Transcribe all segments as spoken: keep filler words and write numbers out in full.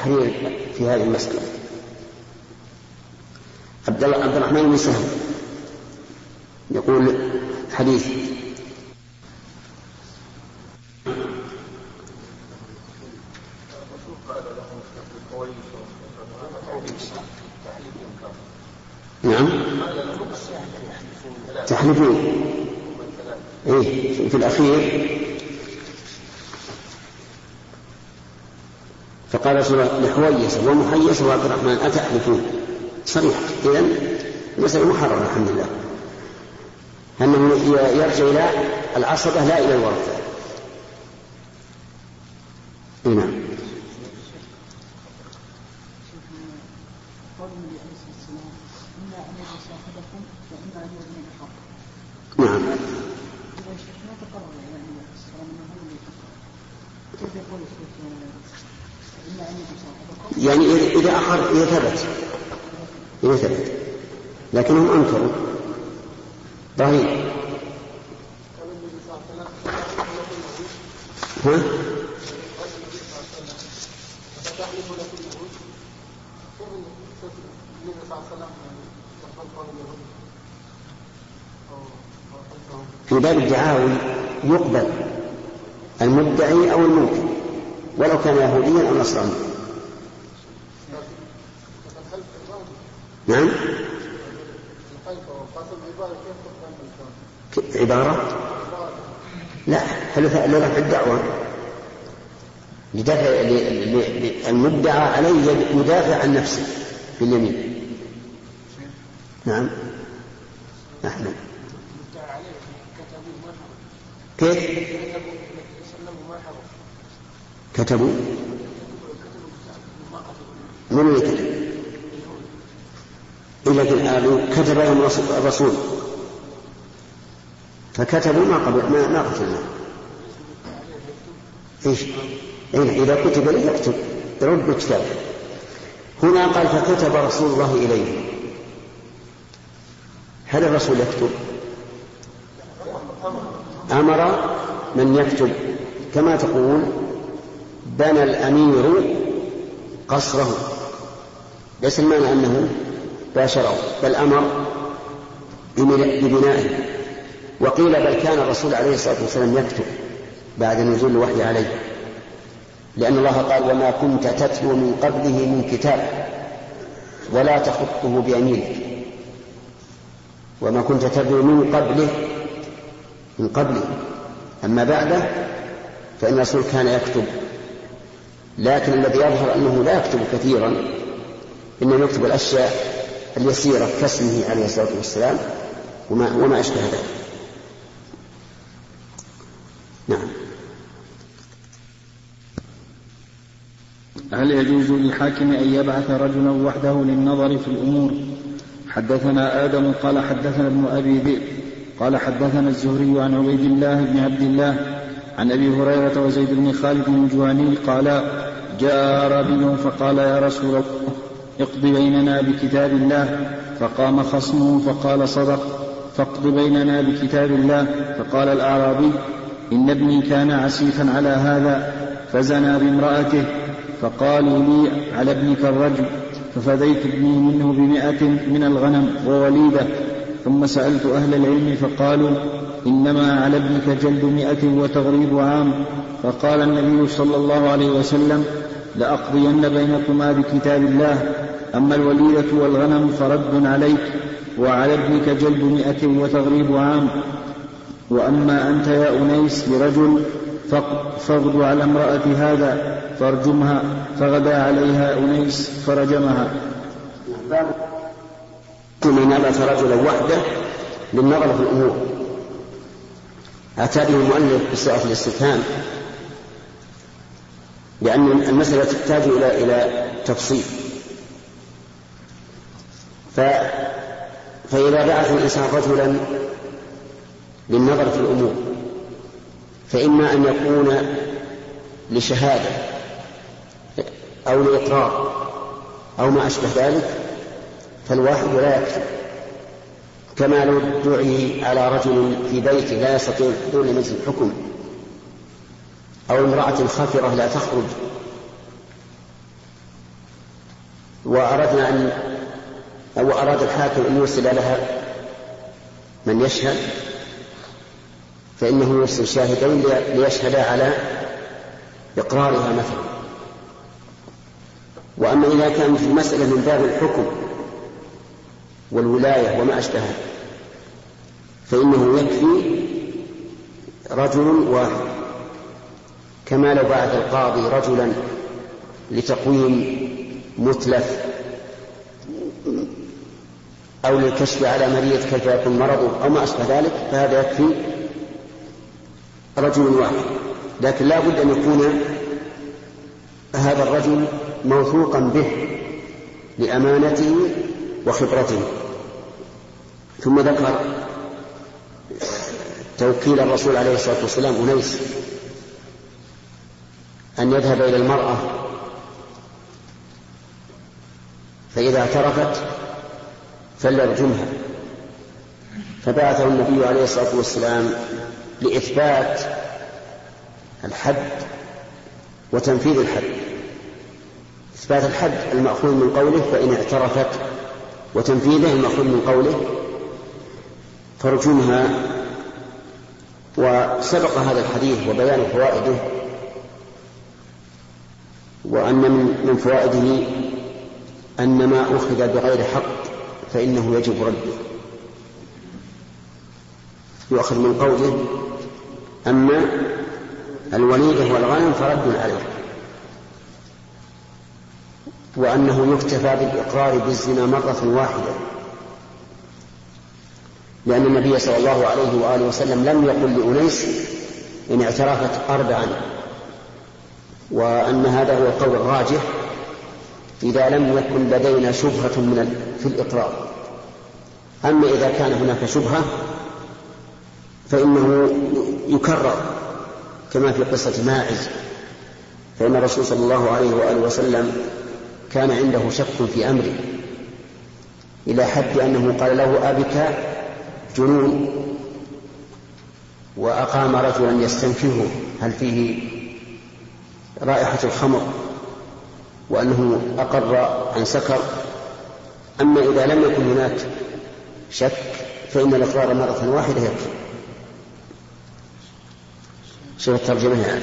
التحرير في هذه المسألة. عبد الله عبد الرحمن بن سهل يقول حديث نعم تحلفون إيه في الأخير، فقال رسول الله لحويس ومحيس وعبد الرحمن أتحلفون، صريح. إذن المسألة محررة الحمد لله، أنه يرجع إلى العصبة لا إلى الورثة. نعم. نعم. يعني إذا أخر إذا ثبت إذا ثبت لكنهم أنكروا. ضعيف. ها؟ في باب الدعاوي يقبل المدعي أو المنكر ولو كان يهوديا أو نصرانيا. نعم. عبارة لا حلف لرفع الدعوة لدفع المدعى عليه يدافع عن نفسه باليمين. نعم. أحمد كيف كتبوا من يكتب إلا قالوا كتب لهم الرسول فكتبوا ما قبل ما ما قتلنا. إيش إيه إذا كتب لي يكتب يرد الكتاب. هنا قال فكتب رسول الله إليه، هل الرسول يكتب؟ أمر من يكتب كما تقول بنى الأمير قصره، ليس المعنى أنه باشره بل أمر ببنائه. وقيل بل كان الرسول عليه الصلاة والسلام يكتب بعد نزول الوحي عليه، لأن الله قال وما كنت تتلو من قبله من كتاب ولا تخطه بيمينك. وما كنت تتلو من قبله من قبله أما بعده فإن الرسول كان يكتب، لكن الذي يظهر أنه لا يكتب كثيرا، إنه يكتب الأشياء اليسيرة كاسمه عليه الصلاة والسلام وما, وما أشبه ذلك. نعم. هل يجوز للحاكم أن يبعث رجلا وحده للنظر في الأمور؟ حدثنا آدم قال حدثنا ابن أبي ذئب قال حدثنا الزهري عن عبيد الله بن عبد الله عن أبي هريرة وزيد بن خالد الجهني قال جاء أعرابي فقال يا رسول الله اقض بيننا بكتاب الله، فقام خصمه فقال صدق فاقض بيننا بكتاب الله. فقال الأعرابي إن ابني كان عسيفا على هذا فزنى بامرأته، فقالوا لي على ابنك الرجم، ففديت ابني منه بمئة من الغنم ووليدة. ثم سألت أهل العلم فقالوا إنما على ابنك جلد مئة وتغريب عام. فقال النبي صلى الله عليه وسلم لأقضين بينكما بكتاب الله، أما الوليدة والغنم فرد عليك، وعلى ابنك جلد مئة وتغريب عام. وأما أنت يا أنيس لرجل فاغد على امرأة هذا فارجمها. فغدا عليها أنيس فرجمها. من نبت رجلا وحده للنظر في الأمور أتى به المؤلف بصيغة الاستفهام، لأن المسألة تحتاج إلى إلى تفصيل. ف... فإذا بعث الإنسان رجلا للنظر في الأمور فإما أن يكون لشهادة أو لإقرار أو ما أشبه ذلك، فالواحد لا يكتب، كما لو دعي على رجل في بيته لا يستطيع الحضور لمجلس الحكم، أو امرأة خفرة لا تخرج، وأردنا أن أو أراد الحاكم أن يرسل لها من يشهد، فإنه يرسل شاهدين ليشهدا على إقرارها مثلا. وأما إذا كانت المسألة من باب الحكم والولاية وما أشبهها فإنه يكفي رجل واحد، كما لو بعث القاضي رجلا لتقويم متلف أو للكشف على مريض كيف يكون مرضه أو ما أشبه ذلك، فهذا يكفي رجل واحد. لكن لا بد أن يكون هذا الرجل موثوقا به لأمانته وخبرته. ثم ذكر توكيل الرسول عليه الصلاة والسلام أنيس أن يذهب إلى المرأة فإذا اعترفت فليرجمها، فبعثه النبي عليه الصلاة والسلام لإثبات الحد وتنفيذ الحد. إثبات الحد المأخوذ من قوله فإن اعترفت، وتنفيذه المأخوذ من قوله فارجمها. وسبق هذا الحديث وبيان فوائده، وأن من فوائده أن ما أخذ بغير حق فإنه يجب رده. يؤخذ من قوله أما الوليدة والغنم فرد عليه، وأنه يكتفى بالإقرار بالزنا مرة واحدة، لأن النبي صلى الله عليه وآله وسلم لم يقل لأنيس إن اعترفت أربعا، وأن هذا هو القول الراجح إذا لم يكن لدينا شبهة من في الإقرار. أما إذا كان هناك شبهة فإنه يكرر، كما في قصة ماعز، فإن الرسول صلى الله عليه وآله وسلم كان عنده شك في أمره إلى حد أنه قال له أبك جنون، وأقام رجلا يستنكره هل فيه رائحة الخمر، وأنه أقر عن سكر. أما إذا لم يكن هناك شك فإن الإقرار مرة واحدة يكفي. شوف الترجمة يعني.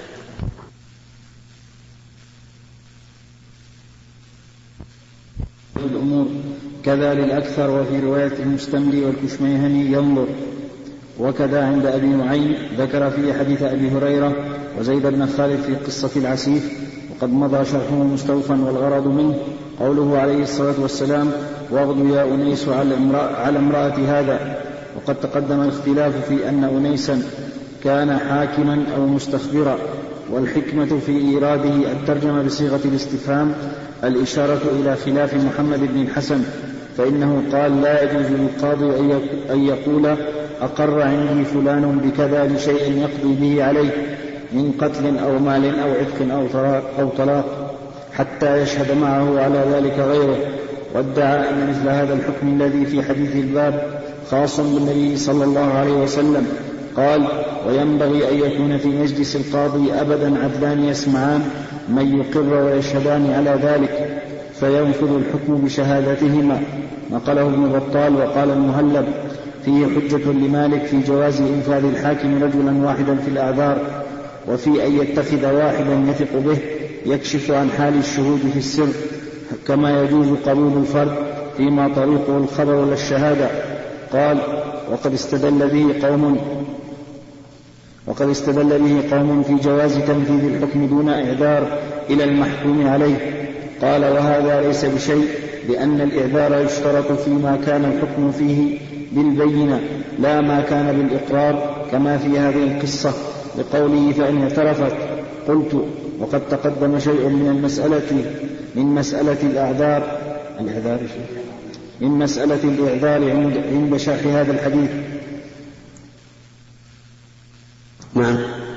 الأمور كذا للأكثر، وفي رواية المستملي والكشميهني ينظر. وكذا عند أبي نعيم ذكر في حديث أبي هريرة وزيد بن خالد في قصة العسيف، وقد مضى شرحه مستوفا، والغرض منه قوله عليه الصلاة والسلام واغد يا أنيس على امرأة هذا. وقد تقدم الاختلاف في أن أنيسا كان حاكما أو مستخبرا، والحكمة في إيراده الترجمة بصيغة الاستفهام الإشارة إلى خلاف محمد بن الحسن، فإنه قال لا يجوز للقاضي أن يقول أقر عندي فلان بكذا لشيء يقضي به عليه من قتل أو مال أو عتق أو طلاق حتى يشهد معه على ذلك غيره. وادعى أن مثل هذا الحكم الذي في حديث الباب خاص بالنبي صلى الله عليه وسلم. قال وينبغي أن يكون في مجلس القاضي أبدا عدلان يسمعان من يقر ويشهدان على ذلك فينفذ الحكم بشهادتهما. نقله ابن بطال. وقال المهلب فيه حجة لمالك في جواز إنفاذ الحاكم رجلا واحدا في الأعذار، وفي أن يتخذ واحدا يثق به يكشف عن حال الشهود في السر، كما يجوز قبول الفرد فيما طريقه الخبر ولا الشهادة. قال وقد استدل به قوم وقد استدل به قوم في جواز تنفيذ الحكم دون إعذار إلى المحكوم عليه. قال وهذا ليس بشيء، لأن الإعذار يشترط فيما كان الحكم فيه بالبينة لا ما كان بالإقرار، كما في هذه القصة لقوله فإن اعترفت. قلت وقد تقدم شيء من المسألة من مسألة الأعذار الإعذار من مسألة الإعذار عند شرح هذا الحديث. نعم.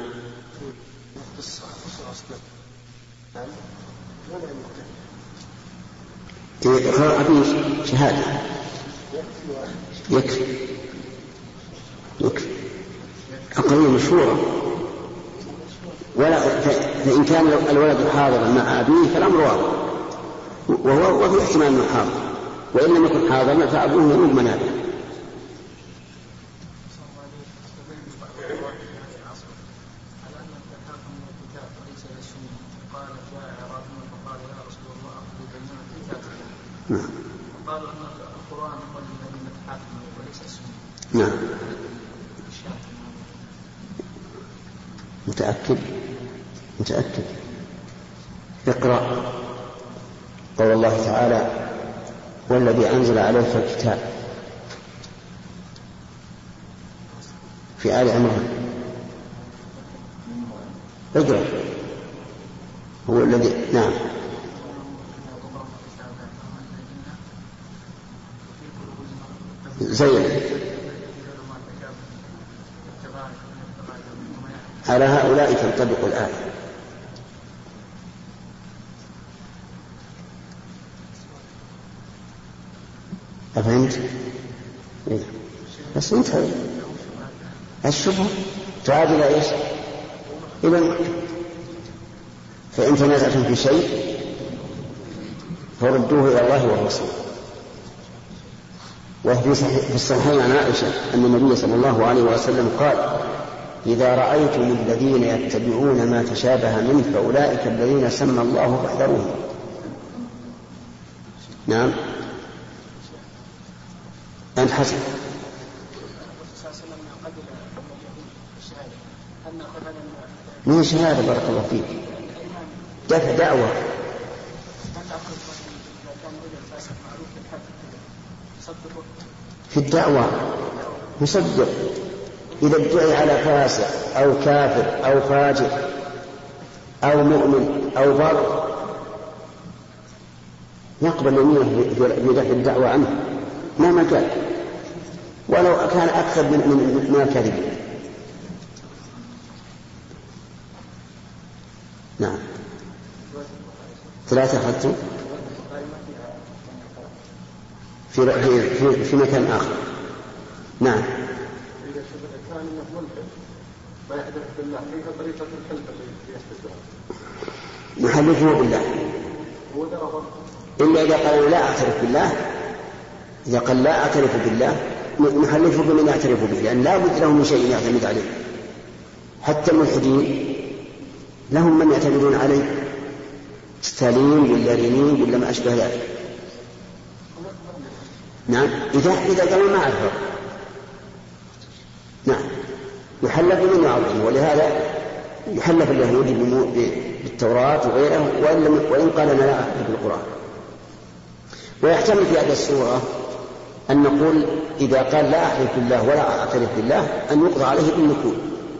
إقرار أبي شهادة يكفي يكفي أقرية مشهورة، ولا فإن كان الولد حاضرا مع أبيه فالأمر واضح. وهو وفي احتمال أنه حاضر، وإن لم يكن حاضرا فأبوه يؤول منابه. نعم. قالوا أن القرآن هو الذي نتحاكم وليس السنة. نعم. متأكد؟ متأكد. اقرأ قول الله تعالى: والذي أنزل عليك الكتاب، في آل عمران. اقرأ. هو الذي نعم زين على هؤلاء تنطبق الآية. أفهمت؟ إيه؟ بس انتهى الشبهة تعاد إلى إيش؟ إلى المحكم. فإن تنازعتم في شيء فردوه إلى الله والرسول. وفي الصحيحين عن عائشة أن النبي صلى الله عليه وسلم قال: إذا رأيتم الذين يتبعون ما تشابه منه فأولئك الذين سمى الله فاحذروهم. نعم. أنت حسن. من شهادة بارك الله فيك. دفع دعوة. في الدعوة يصدق إذا ادعي على فاسق أو كافر أو فاجر أو مؤمن أو بر يقبل يمينه بدفع الدعوة عنه مهما كان، ولو كان أكثر من من, من الكذب. نعم. ثلاثة أخذتم في في في مكان آخر. نعم. إذا كان ملحد ما يحدث بالله كيف طريقة الحلف التي يحدثها؟ يحلفه بالله. إلا إذا قال لا أعترف بالله، إذا قال لا أعترف بالله نحلفه بمن يعترف به، لأن لا بد له من شيء يعتمد عليه. حتى الملحدين لهم من يعتمدون عليه، ستالين ولا لينين ولا ما أشبه ذلك. نعم. إذا إذا قالوا ما أعرف نعم يحلف بمن يعظمه، ولهذا يحلف اليهود بالتوراة وغيره وإن قال أنا لا أعرف بالقرآن. ويحتمل في هذه السورة أن نقول إذا قال لا أحلف بالله ولا أعترف بالله أن يقضى عليه بالنكول،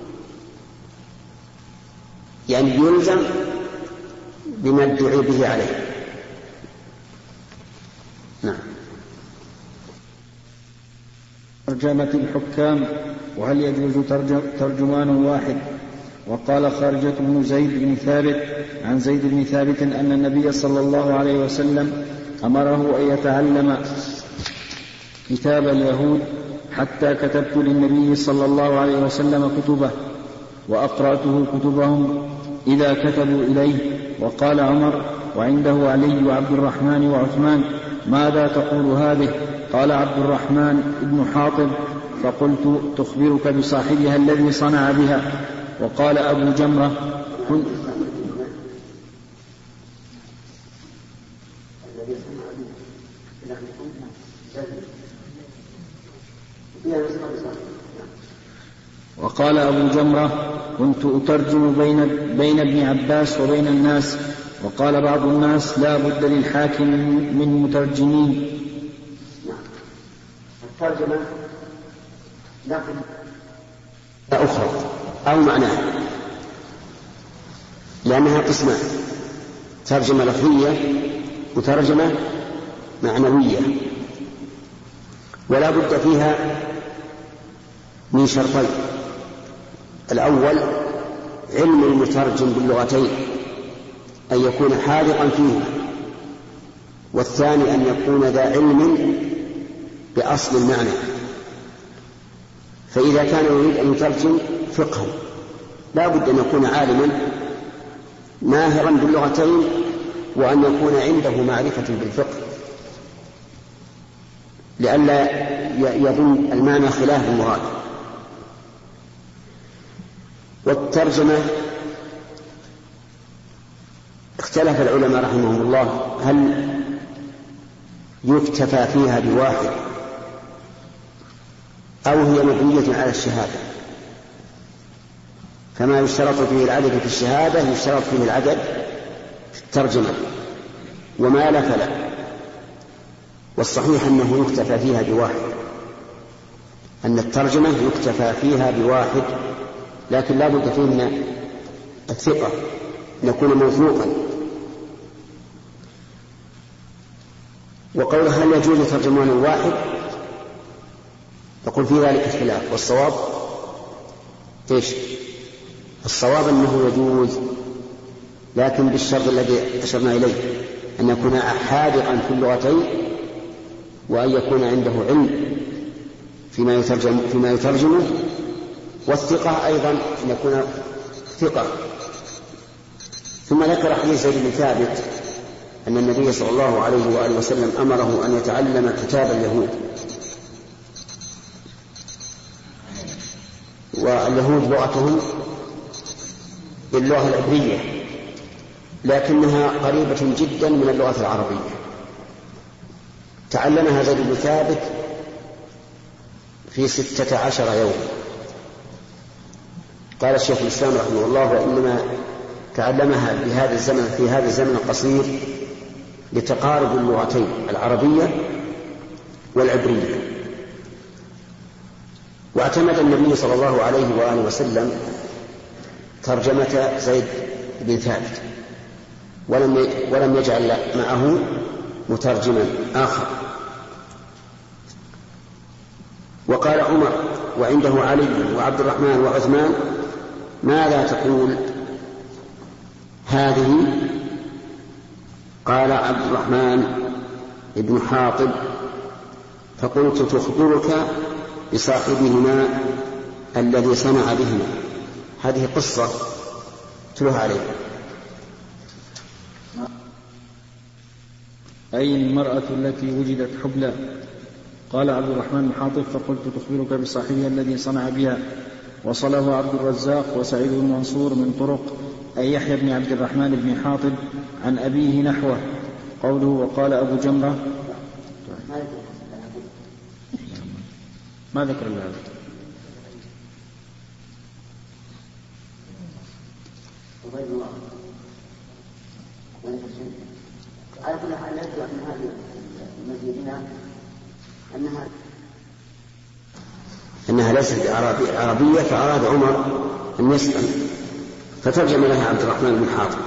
يعني يلزم بما ادعي به عليه. نعم. ترجمة الحكام، وهل يجوز ترجمان واحد؟ وقال خارجة بن زيد بن ثابت عن زيد بن ثابت أن النبي صلى الله عليه وسلم أمره أن يتعلم كتاب اليهود حتى كتبت للنبي صلى الله عليه وسلم كتبه وأقرأته كتبهم إذا كتبوا إليه. وقال عمر وعنده علي وعبد الرحمن وعثمان: ماذا تقول هذه؟ قال عبد الرحمن بن حاطب: فقلت: تخبرك بصاحبها الذي صنع بها. وقال أبو جمرة: كنت وقال أبو جمرة: كنت أترجم بين, بين ابن عباس وبين الناس. وقال بعض الناس: لا بد للحاكم من مترجمين. الترجمة لكن أخرى أو معناها، لأنها قسمان: ترجمة لفظية وترجمة معنوية، ولا بد فيها من شرطين: الأول علم المترجم باللغتين أن يكون حاذقا فيهما، والثاني أن يكون ذا علم بأصل المعنى. فإذا كان يريد أن يترجم فقها لا بد أن يكون عالما ماهرا باللغتين وأن يكون عنده معرفة بالفقه لئلا يظن المعنى خلاف المراد. والترجمة اختلف العلماء رحمهم الله هل يكتفى فيها بواحد أو هي مبنية على الشهادة، كما يشترط فيه العدد في الشهادة يشترط فيه العدد في الترجمة، وما لا فلا. والصحيح أنه يكتفى فيها بواحد، أن الترجمة يكتفى فيها بواحد، لكن لا بد فيه من الثقة أن يكون موثوقا. وقوله هل يجوز ترجمان واحد يقول في ذلك خلاف، والصواب ايش؟ الصواب أنه يجوز، لكن بالشرط الذي أشرنا إليه، أن يكون حاذقا في اللغتين، وأن يكون عنده علم فيما يترجم فيما يترجمه، والثقة أيضا أن يكون ثقة. ثم ذكر حديث زيد بن ثابت أن النبي صلى الله عليه وآله وسلم أمره أن يتعلم كتاب اليهود، واليهود لغتهم باللغة العبرية، لكنها قريبة جدا من اللغة العربية. تعلمها زيد بن ثابت في ستة عشر يوم. قال الشيخ الإسلام رحمه الله وإنما تعلمها بهذا الزمن في هذا الزمن القصير لتقارب اللغتين العربية والعبرية. واعتمد النبي صلى الله عليه وآله وسلم ترجمة زيد بن ثابت، ولم ولم يجعل معه مترجما آخر. وقال عمر وعنده علي وعبد الرحمن وعثمان ماذا تقول هذه؟ قال عبد الرحمن بن حاطب فقلت تخبرك بصاحبهما الذي صنع بهما. هذه قصة تلوها عليه. أي المرأة التي وجدت حبلى؟ قال عبد الرحمن بن حاطب فقلت تخبرك بصاحبها الذي صنع بها. وصله عبد الرزاق وسعيد بن منصور من طرق أي يحيى بن عبد الرحمن بن حاطب عن أبيه نحوه. قوله وقال أبو جمرة ما ذكر هذا. على كل حال يبدو أن هذه المدينة أنها أنها ليست عربية، فأراد عمر أن يسأل فترجم لها عبد الرحمن بن حاطب.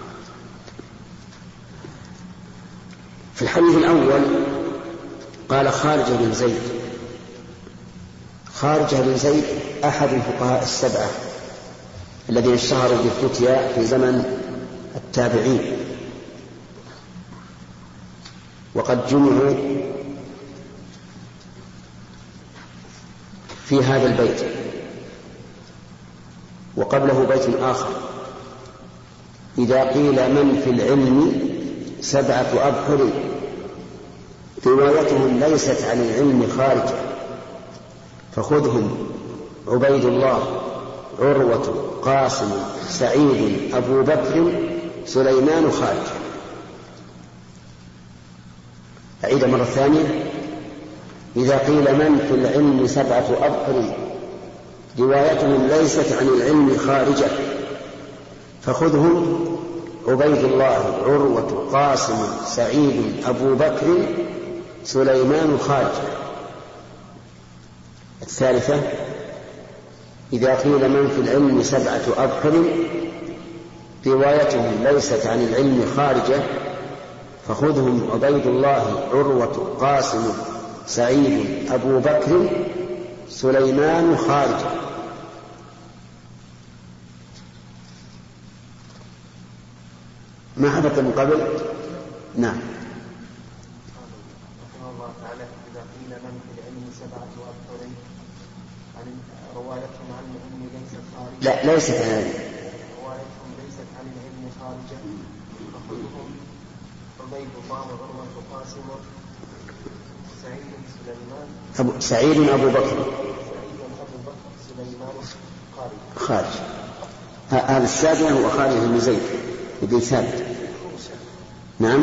في الحديث الأول قال خارجة بن زيد. خارجة بن زيد أحد الفقهاء السبعة الذين اشتهروا بالفتيا في زمن التابعين، وقد جمعوا في هذا البيت، وقبله بيت آخر إذا قيل من في العلم سبعة أبحر روايتهم ليست عن العلم خارجة فخذهم عبيد الله عروة قاسم سعيد أبو بكر سليمان خارجة. أعيد مرة ثانية. إذا قيل من في العلم سبعة أبحر روايتهم ليست عن العلم خارجة فخذهم عبيد الله عروة قاسم سعيد أبو بكر سليمان خارجة. الثالثة إذا قيل من في العلم سبعة أبحر روايتهم ليست عن العلم خارجة فخذهم عبيد الله عروة قاسم سعيد أبو بكر سليمان خارجة. ما حدث من قبل؟ نعم. رحمه الله تعالى إذا قيل من في العلم سبعة أبحر عن روايتهم عن العلم ليست خارجة. لا ليست عن العلم. روايتهم ليست عن العلم خارجة فخذهم عبيد الله عروة قاسم سعيد سليمان أبو سعيد أبو بكر سعيد أبو بكر سليمان خالد خالد. هذا السابع هو خالد بن زيد بن ثابت. نعم.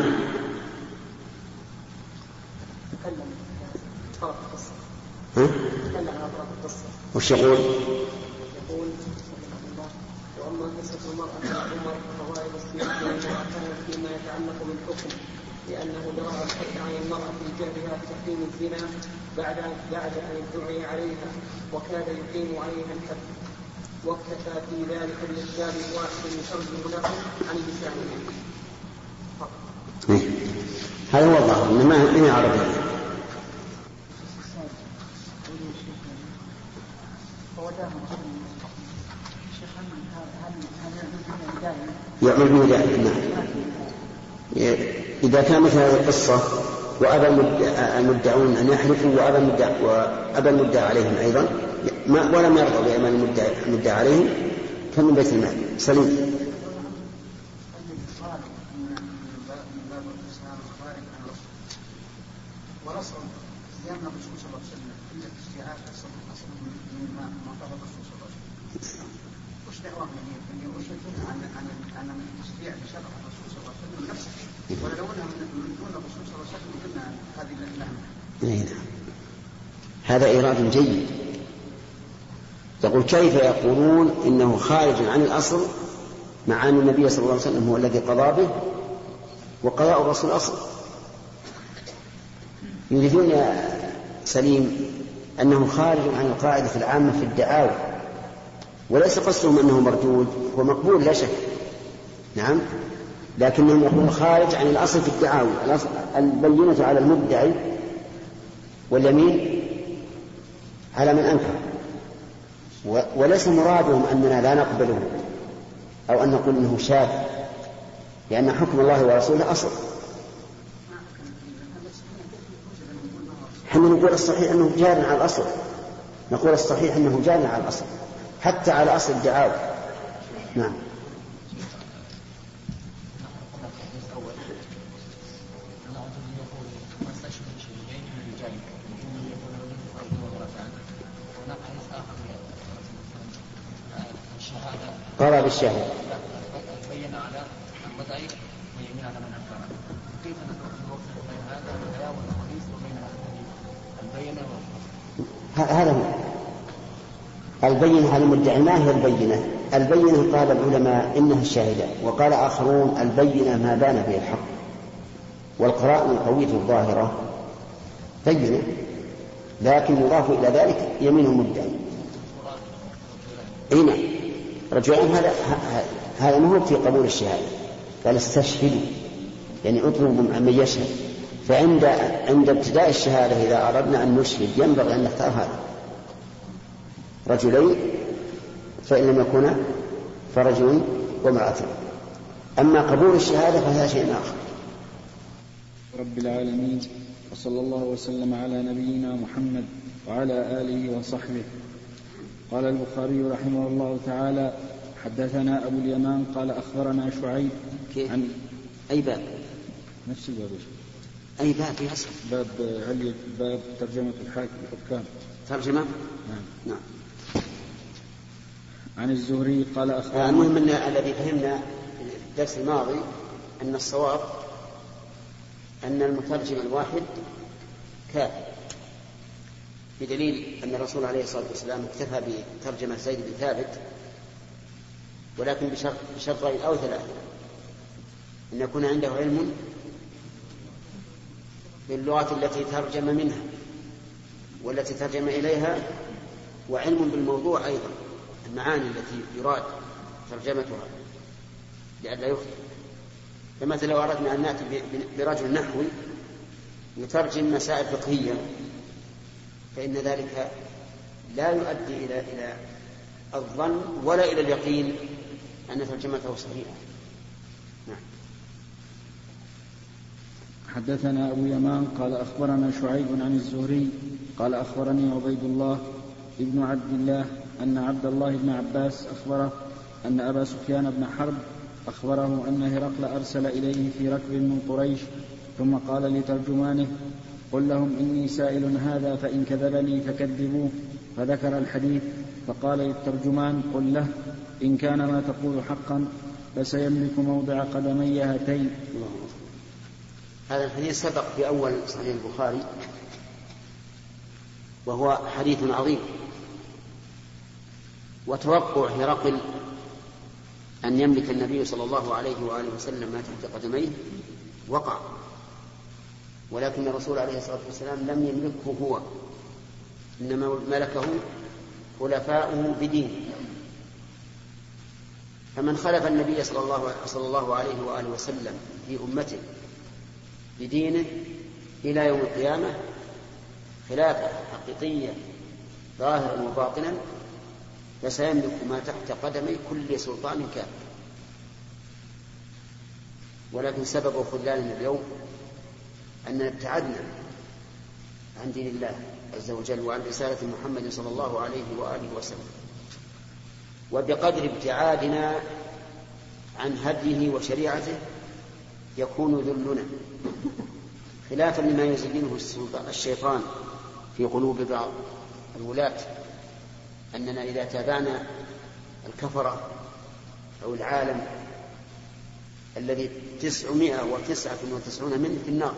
تكلم طرف القصة. ها؟ تكلم عن طرف القصة. وش يقول؟ يقول وأما قصة المرأة مع عمر فوائد السياق بينها كانت فيما يتعلق بالحكم لأنه درى الحد عن المرأة في جهلها بتحريم الزنا بعد بعد أن ادعي عليها وكاد يقيم عليها الحد واكتفى في ذلك الإسباب الواحد يترجم له عن لسانه. هذا هو الظاهر إنما من عربية. يعمل به دائما. إذا كان مثل هذه القصة وأبى المدعون أن يحلفوا وأبى المدعى عليهم أيضا ولم يرضوا بأمان المدعى عليهم فمن بيت المال سليم. والأصل زيان الرسول صلى الله عليه وسلم إلا الاجتهاد أصل أصل من ما ما قال الرسول صلى الله عليه وسلم. وش دعوة من اللي وش يقول عن عن عن الاجتهاد بشرع الرسول صلى الله عليه وسلم نفسه ولو أنها من دون الرسول صلى الله عليه وسلم قلنا هذه اللعنة. هذا إيراد جيد. يقول كيف يقولون إنه خارج عن الأصل مع أن النبي صلى الله عليه وسلم هو الذي قضى به وقضاء الرسول أصل. يريدون يا سليم أنه خارج عن القاعدة العامة في الدعاوى وليس قصدهم أنه مردود ومقبول لا شك. نعم لكنهم يقولون خارج عن الأصل في الدعاوى. البينة على المدعي واليمين على من أنكر وليس مرادهم أننا لا نقبله أو أن نقول أنه شاذ لأن حكم الله ورسوله أصل. حين نقول الصحيح أنه جار على الأصل نقول الصحيح أنه جار على الأصل حتى على أصل الدعاوى. نعم. قرأ بالشهادة بين على المدعي ويمين على من أنكر. كيف نوفق بين هذا الحياة والحديث وبين البينة والحديث؟ هذا هو البينة على المدعي. ما هي البينة؟ البينة قال العلماء إنها الشاهدة وقال آخرون البينة ما بان به الحق والقرائن القوية الظاهرة بينة لكن يضاف إلى ذلك يمين المدعي. أين رجعون هذا هذا ما هو في قبول الشهادة قال استشهدوا يعني اطلبوا من يشهد. فعند عند ابتداء الشهادة إذا أردنا أن نشهد ينبغي أن نختار هذا رجلين فإن لم يكونا فرجل وامرأة. أما قبول الشهادة فهذا شيء آخر. رب العالمين وصلى الله وسلم على نبينا محمد وعلى آله وصحبه. قال البخاري رحمه الله تعالى حدثنا أبو اليمان قال أخبرنا شعيب عن أي باب نفس الباب أي باب في أصل باب علي باب ترجمة الحاكم الحكام ترجمة. نعم. نعم. عن الزهري قال أخبرنا. المهم أن الذي فهمنا في الدرس الماضي أن الصواب أن المترجم الواحد كافي بدليل أن الرسول عليه الصلاة والسلام اكتفى بترجمة زيد بن ثابت ولكن بشرط بشرطين أو ثلاثة أن يكون عنده علم باللغة التي ترجم منها والتي ترجم إليها وعلم بالموضوع أيضا المعاني التي يراد ترجمتها لئلا يخطئ. فمثلا لو أردنا أن نأتي برجل نحوي يترجم مسائل فقهية فإن ذلك لا يؤدي إلى إلى الظن ولا إلى اليقين أن ترجمته صحيحة. نعم. حدثنا أبو يمان قال أخبرنا شعيب عن الزهري قال أخبرني عبيد الله ابن عبد الله أن عبد الله بن عباس أخبره أن أبا سفيان بن حرب أخبره أن هرقل أرسل إليه في ركب من قريش، ثم قال لترجمانه: قل لهم إني سائل هذا، فإن كذبني فكذبوه. فذكر الحديث، فقال للترجمان: قل له إن كان ما تقول حقا فسيملك موضع قدمي هاتين. هذا الحديث سبق في أول صحيح البخاري، وهو حديث عظيم. وتوقع هرقل أن يملك النبي صلى الله عليه وآله وسلم ما تحت قدميه وقع، ولكن الرسول عليه الصلاة والسلام لم يملكه هو، إنما ملكه خلفاؤه بدينه. فمن خلف النبي صلى الله, صلى الله عليه وآله وسلم في أمته بدينه إلى يوم القيامة خلافة حقيقية ظاهرا وباطنا، فسيملك ما تحت قدمي كل سلطان كافر. ولكن سبب خذلاننا اليوم أننا ابتعدنا عن دين الله عز وجل وعن رسالة محمد صلى الله عليه وآله وسلم، وبقدر ابتعادنا عن هديه وشريعته يكون ذلنا، خلافا لما يزينه الشيطان في قلوب بعض الولاة، أننا إذا تابعنا الكفرة أو العالم الذي تسعمائة وتسعة وتسعون منه في النار،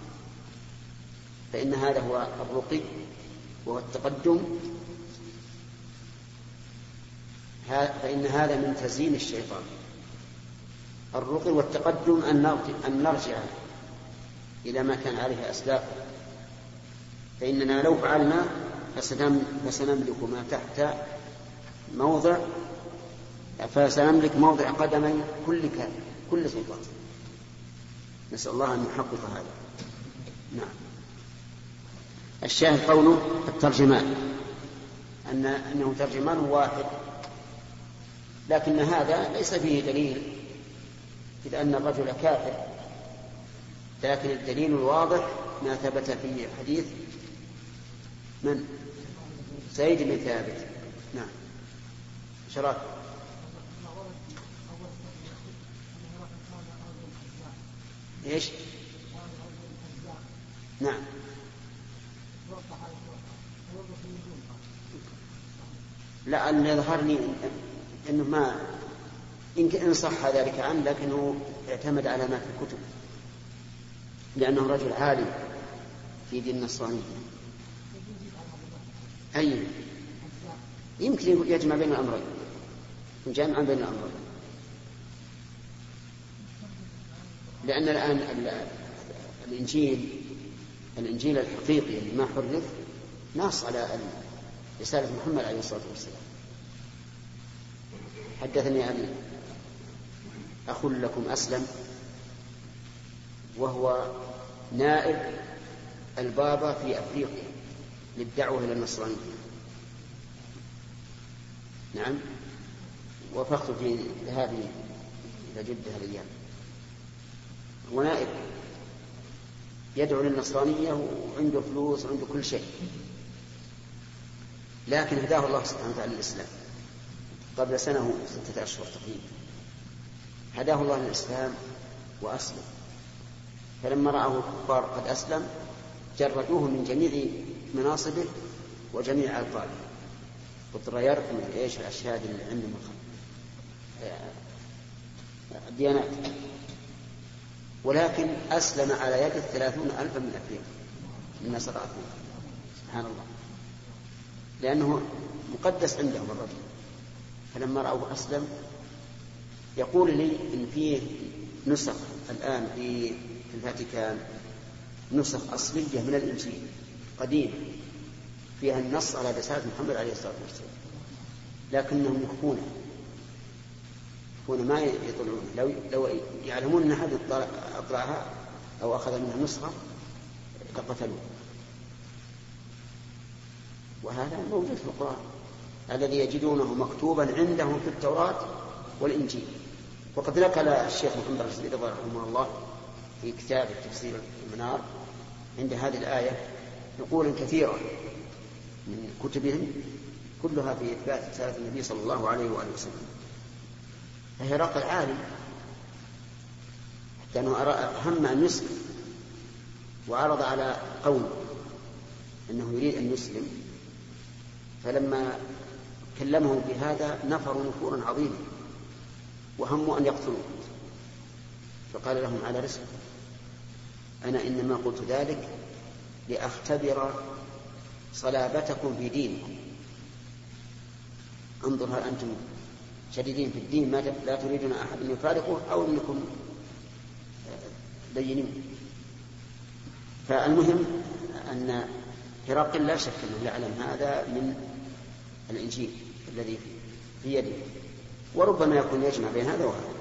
فإن هذا هو الرقي وهو التقدم، فإن هذا من تزيين الشيطان. الرقي والتقدم أن نرجع إلى ما كان عليه أسلاف، فإننا لو فعلنا فسنملك ما تحت موضع فسنملك موضع قدمي كل كافر كل سلطان. نسأل الله أن يحقق هذا. نعم. الشاهد قوله الترجمان أن أنه ترجمان واحد، لكن هذا ليس فيه دليل إذ أن الرجل كافر، لكن الدليل الواضح ما ثبت في حديث من سيد بن ثابت. نعم. شراك. ايش؟ نعم. لا، أن يظهر لي أنه ما إن صح ذلك عنه، لكنه اعتمد على ما في الكتب، لأنه رجل عالم في دين النصرانية. أي يمكن يجمع بين الأمرين، جمعا بين الأمرين، لأن الآن الإنجيل الإنجيل الحقيقي اللي ما حرف نص على رسالة محمد عليه الصلاة والسلام. حدثني أبي أخ لكم أسلم، وهو نائب البابا في أفريقيا للدعوة إلى النصرانية. نعم. وفقت في ذهابي إلى جدة الأيام، هو نائب يدعو للنصرانية وعنده فلوس وعنده كل شيء، لكن هداه الله سبحانه وتعالى للإسلام قبل سنة وستة أشهر تقريبا. هداه الله للإسلام وأسلم، فلما رأه الكفار قد أسلم جردوه من جميع مناصبه وجميع ألقابه، اضطر يركم إيش الأشهاد اللي عنده الديانات، ولكن أسلم على يد ثلاثون ألفا من أفريقيا من نصر سبحان الله، لأنه مقدس عندهم الرجل. فلما رأوه أسلم يقول لي إن فيه نسخ الآن في الفاتيكان، نسخ أصلية من الإنجيل قديم فيها النص على رسالة محمد عليه الصلاة والسلام، لكنهم يخفونه يخفون ما يطلعون. لو, لو يعلمون أن أحد أطلعها أو أخذ منها نسخة لقتلوه. وهذا موجود في القرآن الذي يجدونه مكتوبا عندهم في التوراة والإنجيل. وقد نقل الشيخ محمد رشيد رحمه الله في كتاب تفسير المنار عند هذه الآية نقولا كثيرة من كتبهم كلها في إثبات رسالة النبي صلى الله عليه وآله وسلم. فهرقل عالم لأنه هم أن يسلم وعرض على قوم أنه يريد أن يسلم، فلما كلمهم بهذا نفروا نفورا عظيما وهموا أن يقتلوه، فقال لهم على رسل أنا إنما قلت ذلك لأختبر صلابتكم في دينكم، انظر هل أنتم شديدين في الدين ما لا تريدون أحد أن يفارقه أو أنكم دينين. فالمهم أن هرقل لا شك أنه يعلم هذا من الإنجيل الذي في يده، وربما يكون يجمع بين هذا وهذا.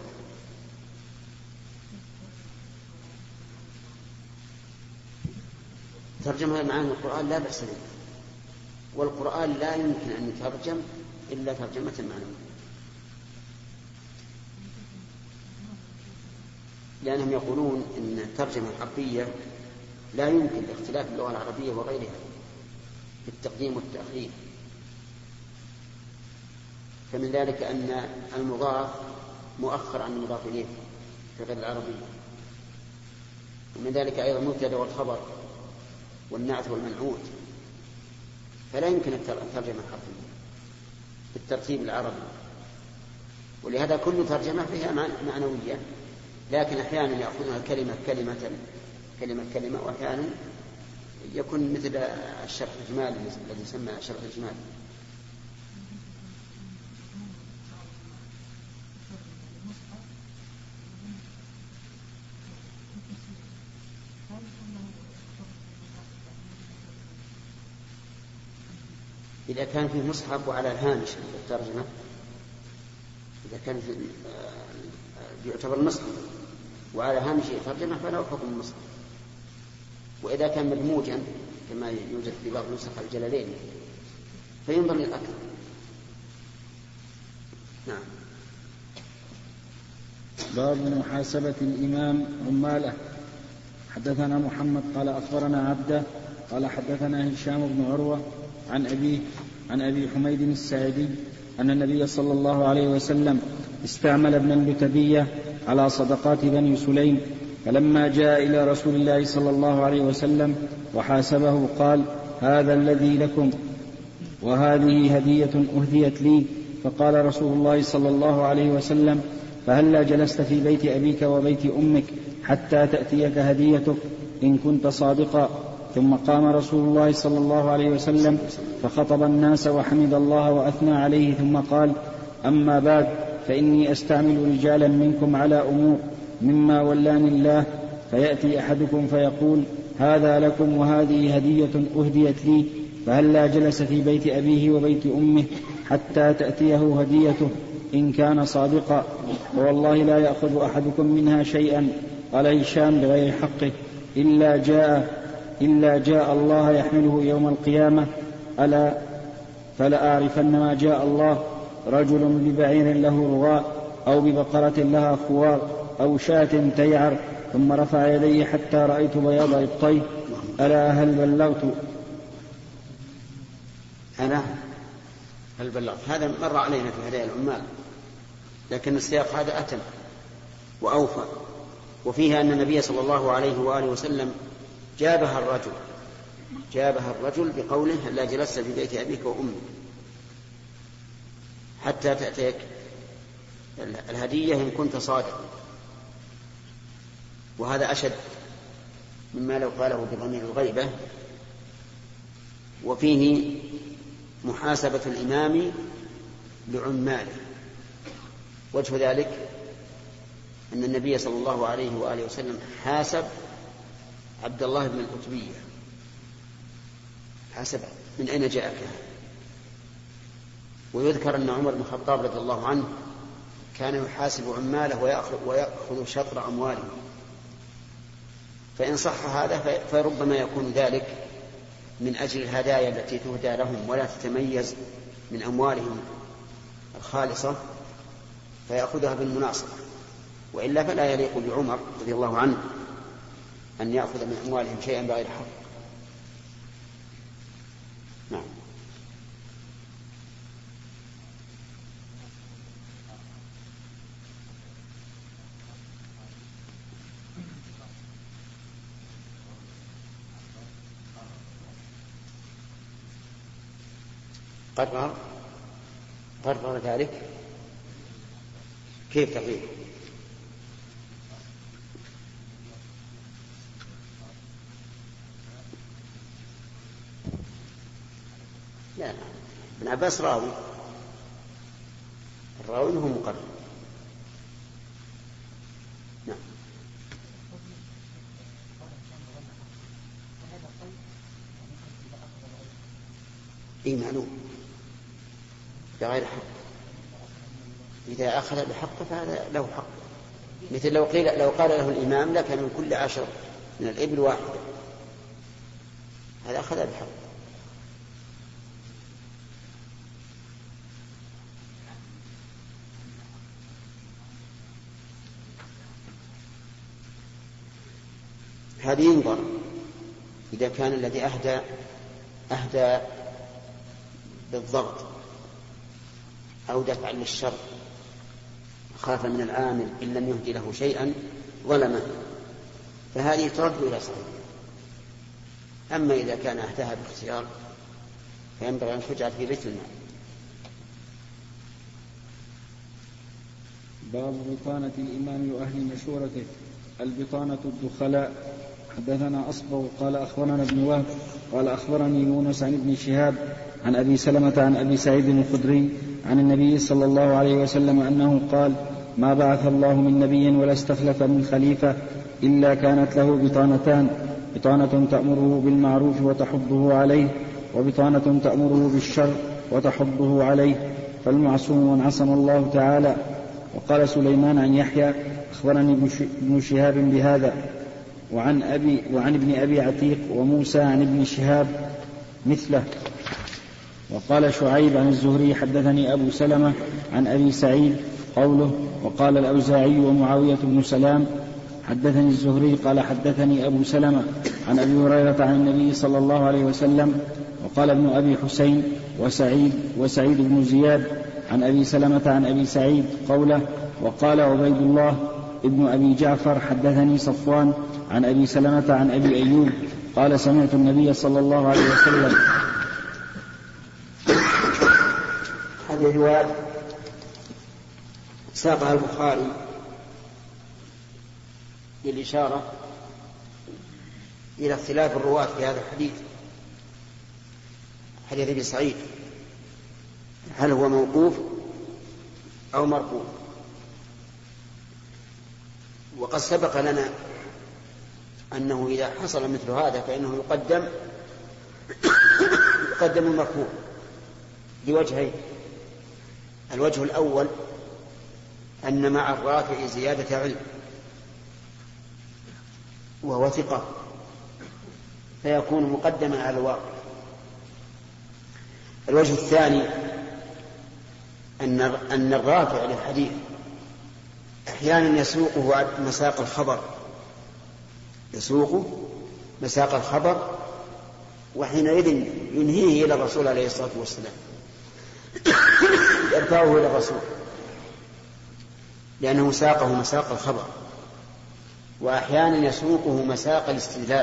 ترجمة معاني القرآن لا بأس به، والقرآن لا يمكن أن يترجم إلا ترجمة معنوية، لأنهم يقولون إن الترجمة الحرفية لا يمكن لاختلاف اللغة العربية وغيرها في التقديم والتأخير، فمن ذلك أن المضاف مؤخر عن المضاف إليه في غير العربية، ومن ذلك أيضا المبتدأ والخبر والنعت والمنعوت، فلا يمكن الترجمة الحرفية بالترتيب العربي، ولهذا كل ترجمة فيها معنوية، لكن أحيانا يأخذها كلمة كلمة كلمة كلمة وأحيانا يكون مثل الشرح الإجمالي الذي يسمى الشرح الإجمالي. إذا كان فيه مصحف وعلى الهامش الترجمة، إذا كان يعتبر مصحف وعلى هامش ترجمة فله حكم المصحف، وإذا كان مدموجا كما يوجد في بعض نسخ الجلالين فينظر للأكثر. نعم. باب محاسبة الإمام عماله. حدثنا محمد قال أخبرنا عبده قال حدثنا هشام بن عروة عن أبيه عن أبي حميد الساعدي أن النبي صلى الله عليه وسلم استعمل ابن اللتبية على صدقات بني سليم، فلما جاء إلى رسول الله صلى الله عليه وسلم وحاسبه قال هذا الذي لكم وهذه هدية أهديت لي، فقال رسول الله صلى الله عليه وسلم فهلا جلست في بيت أبيك وبيت أمك حتى تأتيك هديتك إن كنت صادقا. ثم قام رسول الله صلى الله عليه وسلم فخطب الناس وحمد الله وأثنى عليه، ثم قال أما بعد فإني أستعمل رجالا منكم على أمور مما ولاني الله، فيأتي أحدكم فيقول هذا لكم وهذه هدية أهديت لي، فهلا جلس في بيت أبيه وبيت أمه حتى تأتيه هديته إن كان صادقا، والله لا يأخذ أحدكم منها شيئا. قال هشام بغير حقه إلا جاء إلا جاء الله يحمله يوم القيامة، ألا فلا أعرفن ما جاء الله، رجل ببعير له رغاء أو ببقرة لها خوار أو شاة تيعر، ثم رفع يديه حتى رأيت بياض إبطيه، ألا هل بلغت؟ أنا هل بلغت؟ هذا مر علينا في هدايا العمال، لكن السياق هذا أتم وأوفى، وفيها أن النبي صلى الله عليه وآله وسلم جابها الرجل جابها الرجل بقوله هلا جلست في بيت أبيك وأمك حتى تأتيك الهدية إن كنت صادقا، وهذا أشد مما لو قاله بضمير الغيبة. وفيه محاسبة الإمام لعماله. وجه ذلك أن النبي صلى الله عليه وآله وسلم حاسب عبد الله بن الأتبية، حاسب من أين جاءك. ويذكر أن عمر بن الخطاب رضي الله عنه كان يحاسب عماله ويأخذ شطر أمواله، فإن صح هذا فربما يكون ذلك من أجل الهدايا التي تهدى لهم ولا تتميز من أموالهم الخالصة فيأخذها بالمناصرة، وإلا فلا يليق بعمر رضي الله عنه أن يأخذ من أموالهم شيئا بغير حق. نعم. قرر قرر ذلك. كيف تقريبا؟ لا، ابن عباس راوي، الراوي هو مقرر. نعم. اي معلوم بغير حق. إذا أخذ بحقه فهذا له حق، مثل لو قيل لو قال له الإمام لك من كل عشر من الإبل واحدة، هذا أخذ بحقه. هذه ينظر إذا كان الذي أهدى أهدى بالضغط أو دفعا للشر، خاف من العامل إن لم يهدي له شيئا ظلمه، فهذه ترد إلى صاحبه. أما إذا كان أهداها باختيار فينبغي أن تجعل في بيت المال. باب بطانة الإمام وأهل مشورته. البطانة الدخلاء. حدثنا أصبغ قال أخبرنا ابن وهب قال أخبرني يونس عن ابن شهاب عن أبي سلمة عن أبي سعيد الخدري عن النبي صلى الله عليه وسلم أنه قال: ما بعث الله من نبي ولا استخلف من خليفة إلا كانت له بطانتان، بطانة تأمره بالمعروف وتحضه عليه، وبطانة تأمره بالشر وتحضه عليه، فالمعصوم من عصم الله تعالى. وقال سليمان عن يحيى: أخبرني ابن شهاب بهذا، وعن, أبي وعن ابن أبي عتيق وموسى عن ابن شهاب مثله. وقال شعيب عن الزهري: حدثني أبو سلمة عن أبي سعيد قوله. وقال الأوزاعي ومعاوية بن سلام: حدثني الزهري قال حدثني أبو سلمة عن أبي هريرة عن النبي صلى الله عليه وسلم. وقال ابن أبي حسين وسعيد وسعيد بن زياد عن أبي سلمة عن أبي سعيد قوله. وقال عبيد الله ابن أبي جعفر: حدثني صفوان عن أبي سلمة عن أبي أيوب قال: سمعت النبي صلى الله عليه وسلم. هذه الرواية ساقها البخاري للإشارة إلى اختلاف الرواة في هذا الحديث، حديث أبي سعيد، هل هو موقوف أو مرفوع. وقد سبق لنا أنه إذا حصل مثل هذا فإنه يقدم يقدم المرفوع لوجهين. الوجه الأول أن مع الرافع زيادة علم وهو ثقة، فيكون مقدما على الواقع. الوجه الثاني أن أن الرافع للحديث أحيانا يسوقه مساق الخبر يسوقه مساق الخبر وحينئذ ينهيه إلى الرسول عليه الصلاة والسلام، يرفعه إلى الرسول لأنه ساقه مساق الخبر، وأحيانا يسوقه مساق الاستدلال.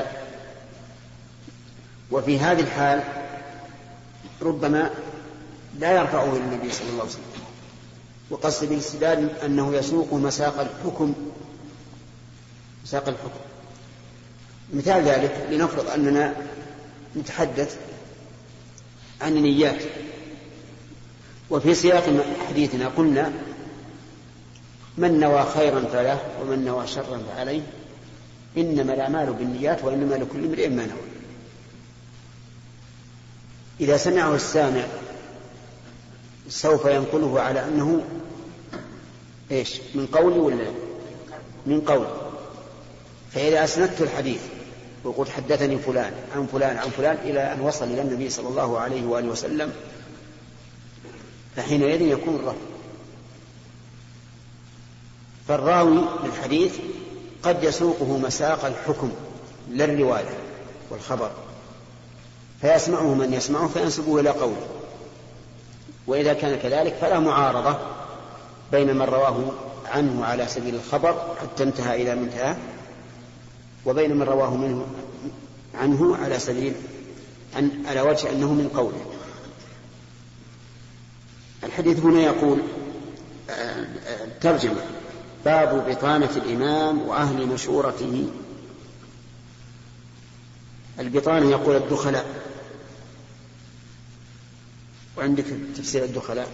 وفي هذه الحال ربما لا يرفعه إلى النبي صلى الله عليه وسلم، وقصد بالاستدلال أنه يسوق مساق الحكم مساق الحكم. مثال ذلك لنفرض أننا نتحدث عن النيات، وفي سياق حديثنا قلنا: من نوى خيرا فله ومن نوى شرا فعليه، إنما الأعمال بالنيات وإنما لكل امرئ ما نوى. إذا سمعه السامع سوف ينقله على أنه إيش؟ من قولي ولا من قولي. فإذا أسندت الحديث وقلت حدثني فلان عن فلان عن فلان إلى أن وصل إلى النبي صلى الله عليه وآله وسلم، فحينئذ يكون الرفع. فالراوي للحديث قد يسوقه مساق الحكم للرواية والخبر، فيسمعه من يسمعه فينسبه إلى قوله. وإذا كان كذلك فلا معارضة بين من رواه عنه على سبيل الخبر حتى انتهى إلى منتهى، وبين من رواه منه عنه على سبيل عن على وجه أنه من قوله. الحديث هنا يقول ترجمة باب بطانة الإمام وأهل مشورته. البطانة يقول الدخلاء، وعندك تفسير الدخلاء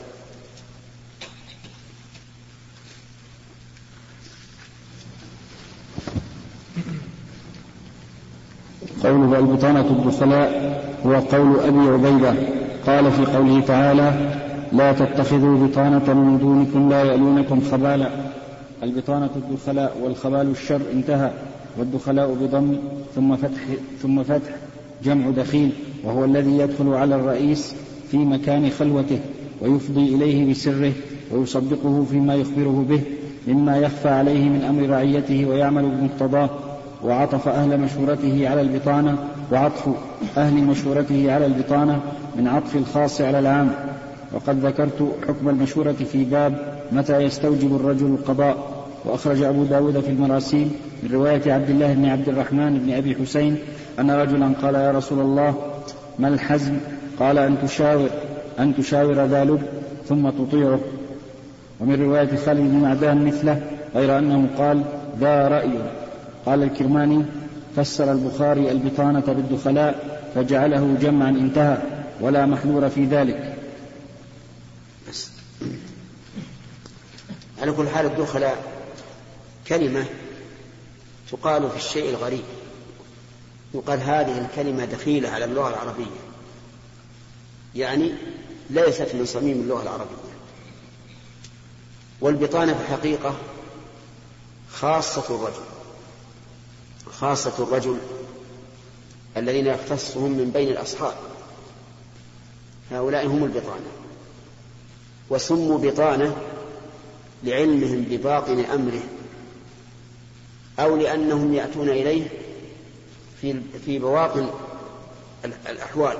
قوله البطانة الدخلاء هو قول أبي عبيدة قال في قوله تعالى لا تتخذوا بطانة من دونكم لا يألونكم خبالا. البطانة الدخلاء والخبال الشر انتهى. والدخلاء بضم ثم فتح, ثم فتح جمع دخيل، وهو الذي يدخل على الرئيس في مكان خلوته ويفضي إليه بسره ويصدقه فيما يخبره به مما يخفى عليه من أمر رعيته ويعمل بمقتضاه. وعطف أهل مشورته على البطانة، وعطف أهل مشورته على البطانة من عطف الخاص على العام. وقد ذكرت حكم المشورة في باب متى يستوجب الرجل القضاء. وأخرج أبو داود في المراسيل من رواية عبد الله بن عبد الرحمن بن أبي حسين أن رجلا قال يا رسول الله ما الحزم؟ قال أن تشاور أن تشاور ذا لب ثم تطيعه. ومن رواية خالد بن معدان مثله غير أنه قال ذا رأي. قال الكرماني فسر البخاري البطانة بالدخلاء فجعله جمعا انتهى ولا محذور في ذلك. بس. على كل حال الدخلاء كلمة تقال في الشيء الغريب، يقال هذه الكلمة دخيلة على اللغة العربية، يعني ليست من صميم اللغة العربية. والبطانة في الحقيقة خاصة الرجل، خاصة الرجل الذين يختصهم من بين الأصحاب، هؤلاء هم البطانة. وسموا بطانة لعلمهم بباطن أمره، أو لأنهم يأتون إليه في في بواطن الأحوال.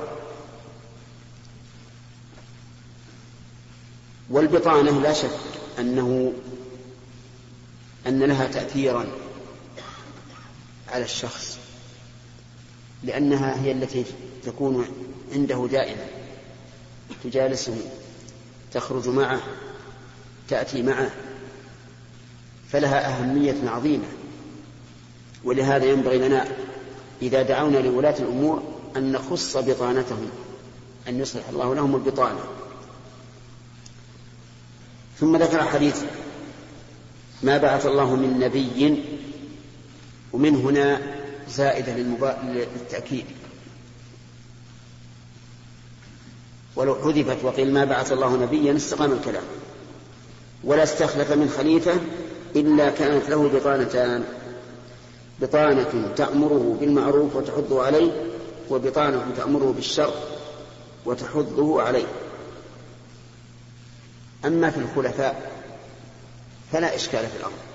والبطانة لا شك أنه أن لها تأثيرا على الشخص، لأنها هي التي تكون عنده دائما، تجالسه، تخرج معه، تأتي معه، فلها أهمية عظيمة. ولهذا ينبغي لنا إذا دعونا لولاة الأمور أن نخص بطانتهم، أن يصلح الله لهم البطانة. ثم ذكر حديث ما بعث الله من نبي، ومن هنا زائدة للتأكيد، ولو حذفت وقيل ما بعث الله نبيا استقام الكلام. ولا استخلف من خليفة إلا كانت له بطانتان، بطانة تأمره بالمعروف وتحضه عليه، وبطانة تأمره بالشر وتحضه عليه. أما في الخلفاء فلا إشكال في الأمر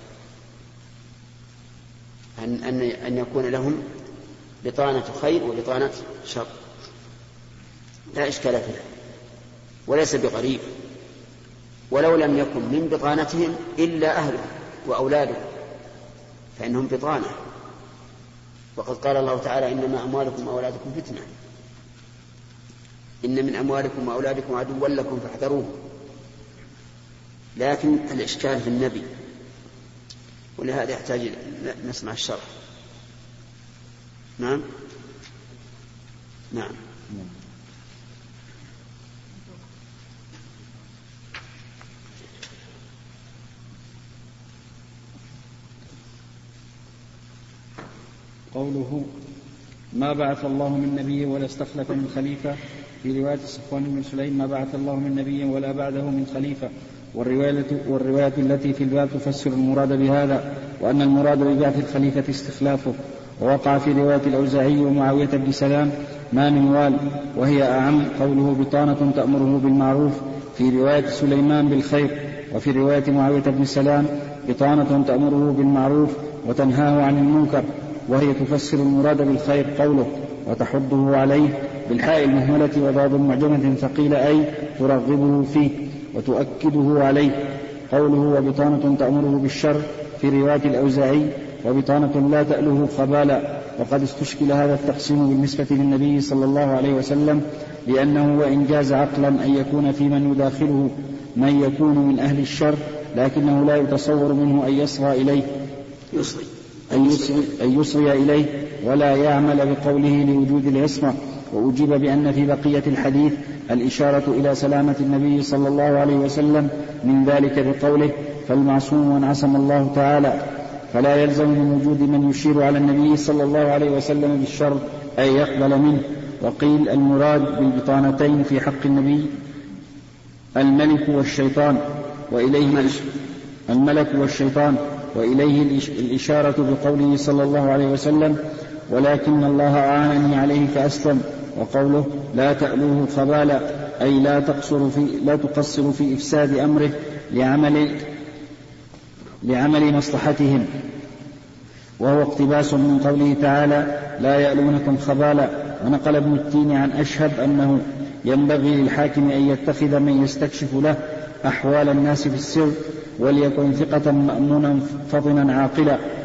أن, أن, أن يكون لهم بطانة خير وبطانة شر، لا إشكال فيها وليس بغريب. ولو لم يكن من بطانتهم إلا أهله وأولاده فإنهم بطانة. وقد قال الله تعالى إنما أموالكم وأولادكم فتنة، إن من أموالكم وأولادكم عدوا لكم فاحذروه. لكن الإشكال في النبي، ولهذا يحتاج نسمع الشرح. نعم نعم قوله ما بعث الله من نبي ولا استخلف من خليفة، في رواية صفوان بن سليم ما بعث الله من نبي ولا بعده من خليفة. والرواية, والرواية التي في الباب تفسر المراد بهذا، وأن المراد ببعث الخليفة استخلافه. ووقع في رواية الأوزاعي ومعاوية بن سلام ما من وال، وهي أعم قوله بطانة تأمره بالمعروف، في رواية سليمان بالخير. وفي رواية معاوية بن سلام بطانة تأمره بالمعروف وتنهاه عن المنكر، وهي تفسر المراد بالخير قوله وتحضه عليه بالحاء المهملة وضاد معجمة ثقيل أي ترغبه فيه وتؤكده عليه. قوله وبطانة تأمره بالشر في رواية الأوزاعي وبطانة لا تأله خبالا، وقد استشكل هذا التقسيم بالنسبة للنبي صلى الله عليه وسلم، لأنه وإن جاز عقلا أن يكون في من يداخله من يكون من أهل الشر، لكنه لا يتصور منه أن يصغى إليه يصغي أن يصغي, أن يصغي إليه ولا يعمل بقوله لوجود العصمة. وأجيب بأن في بقية الحديث الإشارة إلى سلامة النبي صلى الله عليه وسلم من ذلك بقوله فالمعصوم من عصم الله تعالى، فلا يلزم من وجود من يشير على النبي صلى الله عليه وسلم بالشر أن يقبل منه. وقيل المراد بالبطانتين في حق النبي الملك والشيطان وإليه الملك والشيطان وإليه الإشارة بقوله صلى الله عليه وسلم ولكن الله أعانني عليه فأسلم. وقوله لا تألوه خبالا أي لا تقصر في, لا تقصر في إفساد أمره لعمل, لعمل مصلحتهم، وهو اقتباس من قوله تعالى لا يألونكم خبالا. ونقل ابن التين عن أشهب أنه ينبغي للحاكم أن يتخذ من يستكشف له أحوال الناس في السر وليكن ثقة مأمونا فطنا عاقلا.